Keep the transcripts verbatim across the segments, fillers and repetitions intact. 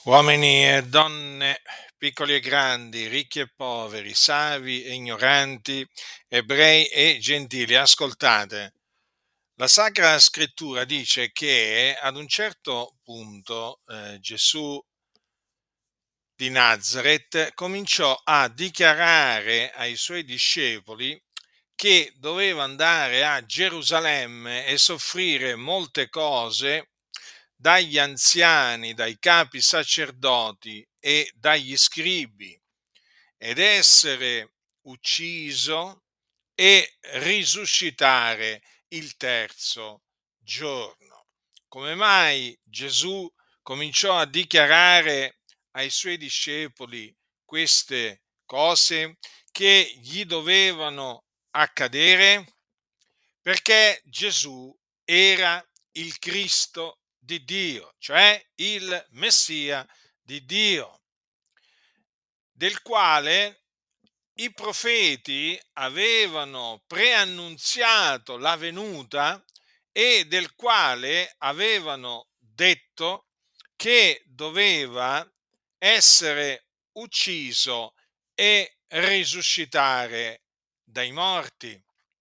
Uomini e donne, piccoli e grandi, ricchi e poveri, savi e ignoranti, ebrei e gentili, ascoltate. La Sacra Scrittura dice che ad un certo punto eh, Gesù di Nazareth cominciò a dichiarare ai suoi discepoli che doveva andare a Gerusalemme e soffrire molte cose dagli anziani, dai capi sacerdoti e dagli scribi ed essere ucciso e risuscitare il terzo giorno. Come mai Gesù cominciò a dichiarare ai suoi discepoli queste cose che gli dovevano accadere? Perché Gesù era il Cristo di Dio, cioè il Messia di Dio, del quale i profeti avevano preannunziato la venuta e del quale avevano detto che doveva essere ucciso e risuscitare dai morti.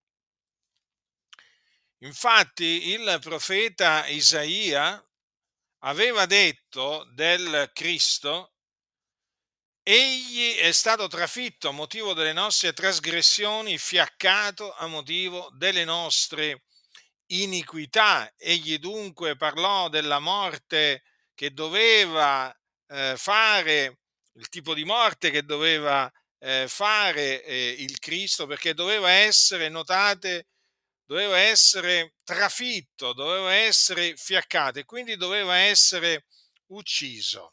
Infatti il profeta Isaia aveva detto del Cristo: egli è stato trafitto a motivo delle nostre trasgressioni, fiaccato a motivo delle nostre iniquità. Egli dunque parlò della morte che doveva eh, fare, il tipo di morte che doveva eh, fare eh, il Cristo, perché doveva essere, notate, doveva essere trafitto, doveva essere fiaccato e quindi doveva essere ucciso.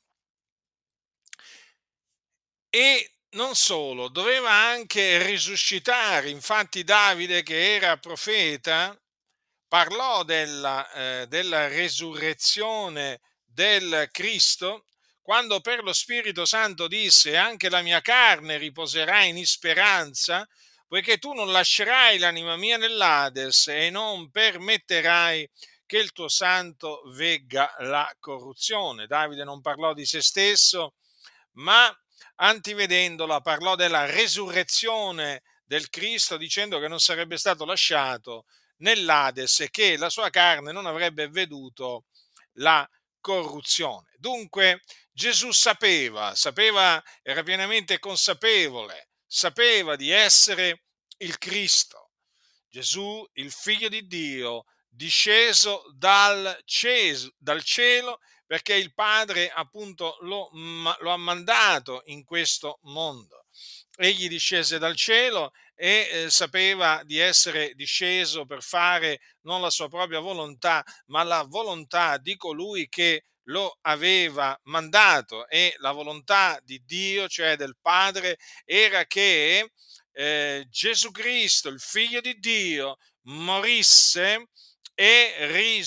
E non solo, doveva anche risuscitare. Infatti Davide, che era profeta, parlò della, eh, della resurrezione del Cristo quando per lo Spirito Santo disse: anche la mia carne riposerà in speranza, poiché tu non lascerai l'anima mia nell'Ades e non permetterai che il tuo santo vegga la corruzione. Davide non parlò di se stesso, ma antivedendola parlò della resurrezione del Cristo, dicendo che non sarebbe stato lasciato nell'Ades e che la sua carne non avrebbe veduto la corruzione. Dunque Gesù sapeva, sapeva, era pienamente consapevole, sapeva di essere il Cristo. Gesù, il Figlio di Dio, disceso dal, ces- dal cielo, perché il Padre appunto lo, lo ha mandato in questo mondo. Egli discese dal cielo e eh, sapeva di essere disceso per fare non la sua propria volontà, ma la volontà di colui che lo aveva mandato, e la volontà di Dio, cioè del Padre, era che eh, Gesù Cristo, il Figlio di Dio, morisse e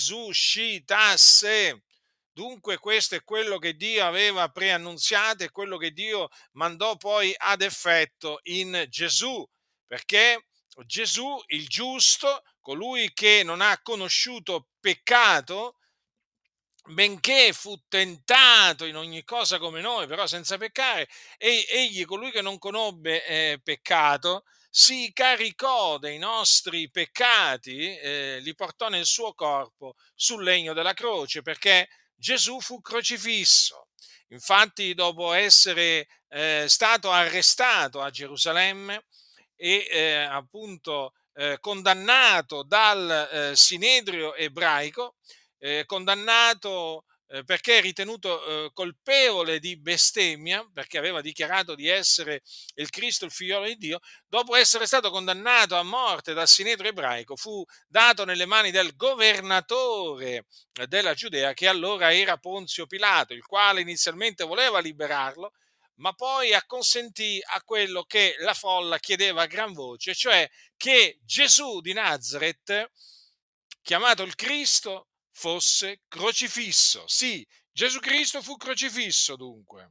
risuscitasse. Dunque questo è quello che Dio aveva preannunziato e quello che Dio mandò poi ad effetto in Gesù, perché Gesù, il giusto, colui che non ha conosciuto peccato, benché fu tentato in ogni cosa come noi, però senza peccare, e egli, colui che non conobbe eh, peccato, si caricò dei nostri peccati, eh, li portò nel suo corpo sul legno della croce, perché Gesù fu crocifisso. Infatti, dopo essere eh, stato arrestato a Gerusalemme e eh, appunto eh, condannato dal eh, Sinedrio ebraico, eh, condannato eh, perché ritenuto eh, colpevole di bestemmia, perché aveva dichiarato di essere il Cristo, il figliolo di Dio. Dopo essere stato condannato a morte dal Sinedrio ebraico, fu dato nelle mani del governatore della Giudea, che allora era Ponzio Pilato, il quale inizialmente voleva liberarlo, ma poi acconsentì a quello che la folla chiedeva a gran voce, cioè che Gesù di Nazareth, chiamato il Cristo, fosse crocifisso. Sì, Gesù Cristo fu crocifisso dunque.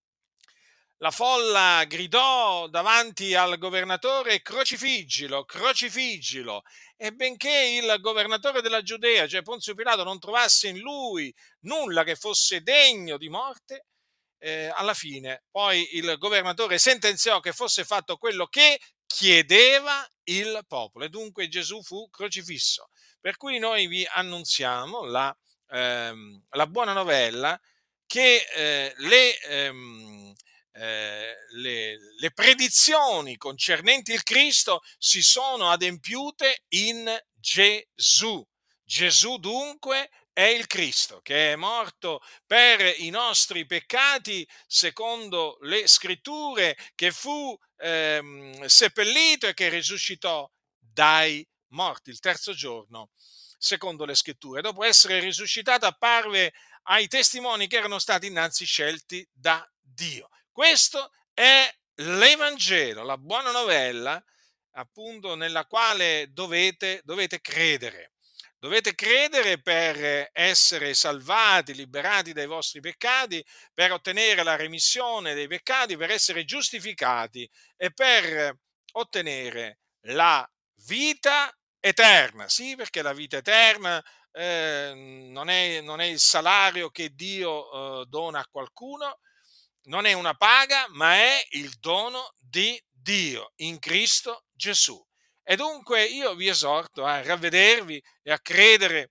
La folla gridò davanti al governatore: crocifiggilo, crocifiggilo. E benché il governatore della Giudea, cioè Ponzio Pilato, non trovasse in lui nulla che fosse degno di morte, eh, alla fine poi il governatore sentenziò che fosse fatto quello che chiedeva il popolo e dunque Gesù fu crocifisso. Per cui noi vi annunziamo la, ehm, la buona novella che eh, le, ehm, eh, le, le predizioni concernenti il Cristo si sono adempiute in Gesù. Gesù dunque è il Cristo che è morto per i nostri peccati secondo le scritture, che fu ehm, seppellito e che risuscitò dai morti il terzo giorno secondo le scritture. Dopo essere risuscitato apparve ai testimoni che erano stati innanzi scelti da Dio. Questo è l'Evangelo, la buona novella, appunto, nella quale dovete, dovete credere. Dovete credere per essere salvati, liberati dai vostri peccati, per ottenere la remissione dei peccati, per essere giustificati e per ottenere la vita eterna. Sì, perché la vita eterna eh, non è, non è il salario che Dio eh, dona a qualcuno, non è una paga, ma è il dono di Dio in Cristo Gesù. E dunque io vi esorto a ravvedervi e a credere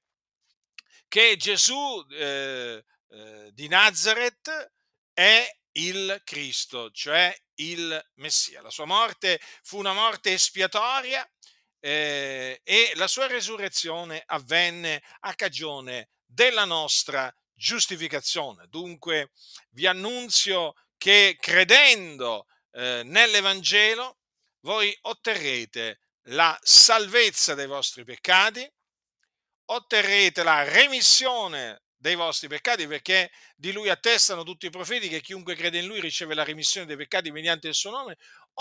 che Gesù eh, eh, di Nazareth è il Cristo, cioè il Messia. La sua morte fu una morte espiatoria eh, e la sua resurrezione avvenne a cagione della nostra giustificazione. Dunque vi annunzio che credendo eh, nell'Evangelo voi otterrete la salvezza dei vostri peccati, otterrete la remissione dei vostri peccati, perché di lui attestano tutti i profeti che chiunque crede in lui riceve la remissione dei peccati mediante il suo nome,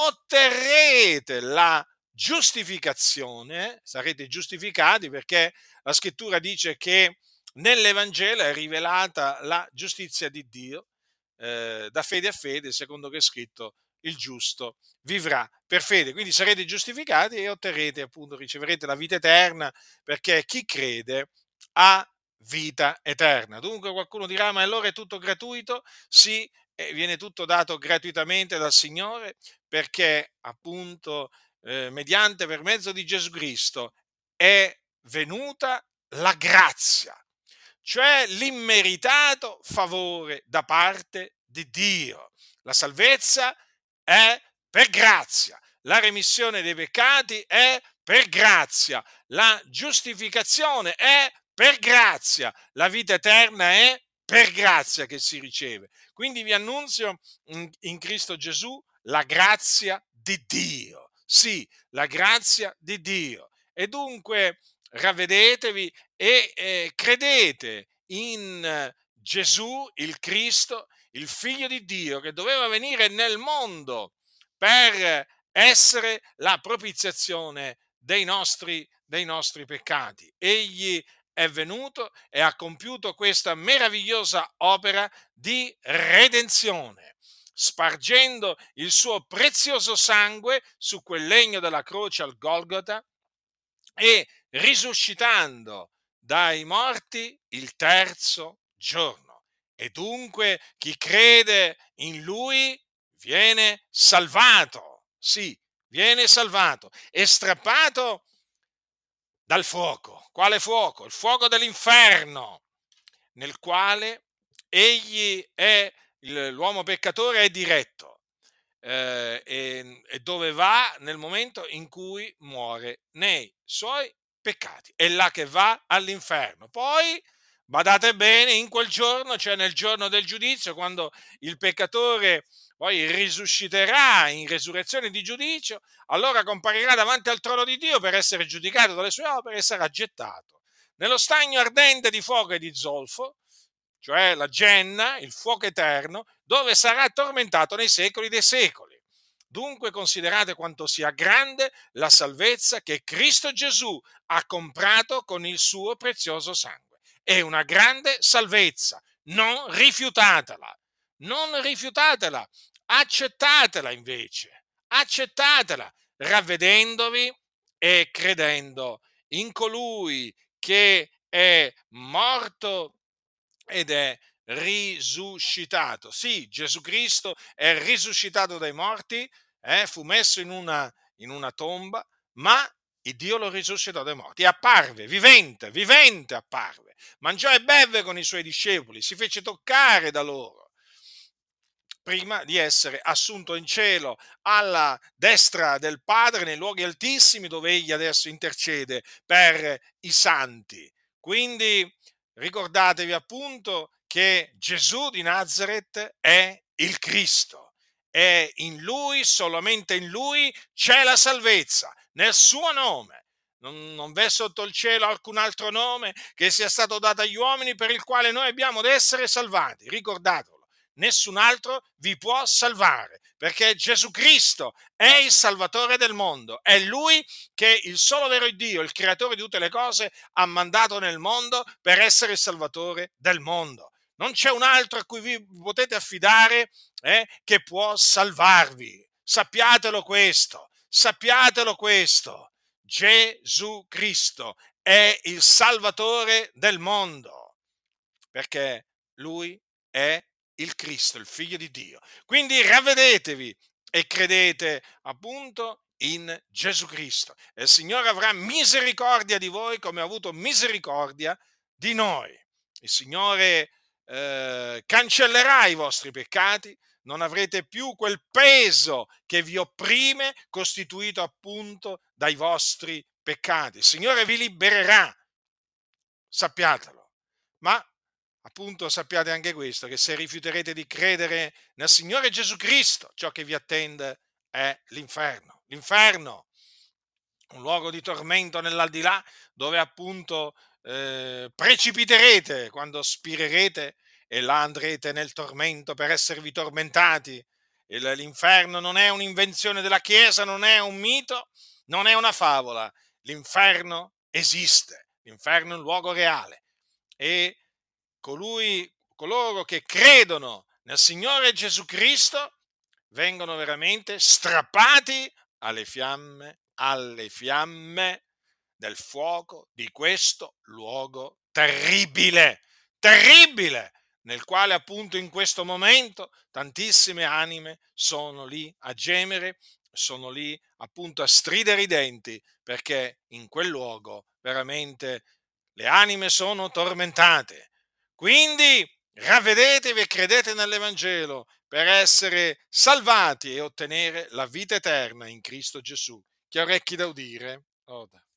otterrete la giustificazione, sarete giustificati perché la scrittura dice che nell'Evangelo è rivelata la giustizia di Dio, eh, da fede a fede, secondo che è scritto, il giusto vivrà per fede. Quindi sarete giustificati e otterrete, appunto, riceverete la vita eterna, perché chi crede ha vita eterna. Dunque qualcuno dirà, ma allora è tutto gratuito? Sì, eh, viene tutto dato gratuitamente dal Signore, perché appunto eh, mediante, per mezzo di Gesù Cristo, è venuta la grazia, cioè l'immeritato favore da parte di Dio. La salvezza è per grazia, la remissione dei peccati è per grazia, la giustificazione è per grazia, la vita eterna è per grazia che si riceve. Quindi vi annunzio in, in Cristo Gesù la grazia di Dio. Sì, la grazia di Dio. E dunque ravvedetevi e eh, credete in eh, Gesù, il Cristo, il Figlio di Dio, che doveva venire nel mondo per essere la propiziazione dei nostri, dei nostri peccati. Egli è venuto e ha compiuto questa meravigliosa opera di redenzione, spargendo il suo prezioso sangue su quel legno della croce al Golgota e risuscitando dai morti il terzo giorno. E dunque chi crede in lui viene salvato, sì, viene salvato, e strappato dal fuoco. Quale fuoco? Il fuoco dell'inferno, nel quale egli è, l'uomo peccatore è diretto, eh, e, e dove va nel momento in cui muore nei suoi peccati. È là che va all'inferno. Poi, badate bene, in quel giorno, cioè nel giorno del giudizio, quando il peccatore poi risusciterà in resurrezione di giudizio, allora comparirà davanti al trono di Dio per essere giudicato dalle sue opere e sarà gettato nello stagno ardente di fuoco e di zolfo, cioè la genna, il fuoco eterno, dove sarà tormentato nei secoli dei secoli. Dunque considerate quanto sia grande la salvezza che Cristo Gesù ha comprato con il suo prezioso sangue. È una grande salvezza, non rifiutatela, non rifiutatela, accettatela invece, accettatela, ravvedendovi e credendo in colui che è morto ed è risuscitato. Sì, Gesù Cristo è risuscitato dai morti, eh, fu messo in una, in una tomba, ma il Dio lo risuscitò dai morti e apparve, vivente, vivente apparve. Mangiò e bevve con i suoi discepoli, si fece toccare da loro prima di essere assunto in cielo alla destra del Padre nei luoghi altissimi dove egli adesso intercede per i santi. Quindi ricordatevi appunto che Gesù di Nazareth è il Cristo e in lui, solamente in lui, c'è la salvezza, nel suo nome. Non, non v'è sotto il cielo alcun altro nome che sia stato dato agli uomini per il quale noi abbiamo ad essere salvati. Ricordatelo, nessun altro vi può salvare, perché Gesù Cristo è il Salvatore del mondo, è Lui che il solo vero Dio, il creatore di tutte le cose, ha mandato nel mondo per essere il Salvatore del mondo. Non c'è un altro a cui vi potete affidare eh, che può salvarvi. Sappiatelo questo, sappiatelo questo. Gesù Cristo è il Salvatore del mondo, perché Lui è il Cristo, il Figlio di Dio. Quindi ravvedetevi e credete appunto in Gesù Cristo. E il Signore avrà misericordia di voi come ha avuto misericordia di noi. Il Signore eh, cancellerà i vostri peccati, non avrete più quel peso che vi opprime, costituito appunto dai vostri peccati. Il Signore vi libererà, sappiatelo. Ma appunto sappiate anche questo, che se rifiuterete di credere nel Signore Gesù Cristo, ciò che vi attende è l'inferno. L'inferno, un luogo di tormento nell'aldilà, dove appunto eh, precipiterete quando spirerete e là andrete nel tormento per esservi tormentati. Il- L'inferno non è un'invenzione della Chiesa, non è un mito, non è una favola. L'inferno esiste, l'inferno è un luogo reale e colui, coloro che credono nel Signore Gesù Cristo vengono veramente strappati alle fiamme, alle fiamme del fuoco di questo luogo terribile, terribile, nel quale appunto in questo momento tantissime anime sono lì a gemere, sono lì appunto a stridere i denti, perché in quel luogo veramente le anime sono tormentate. Quindi ravvedetevi e credete nell'Evangelo per essere salvati e ottenere la vita eterna in Cristo Gesù. Chi ha orecchi da udire, oda.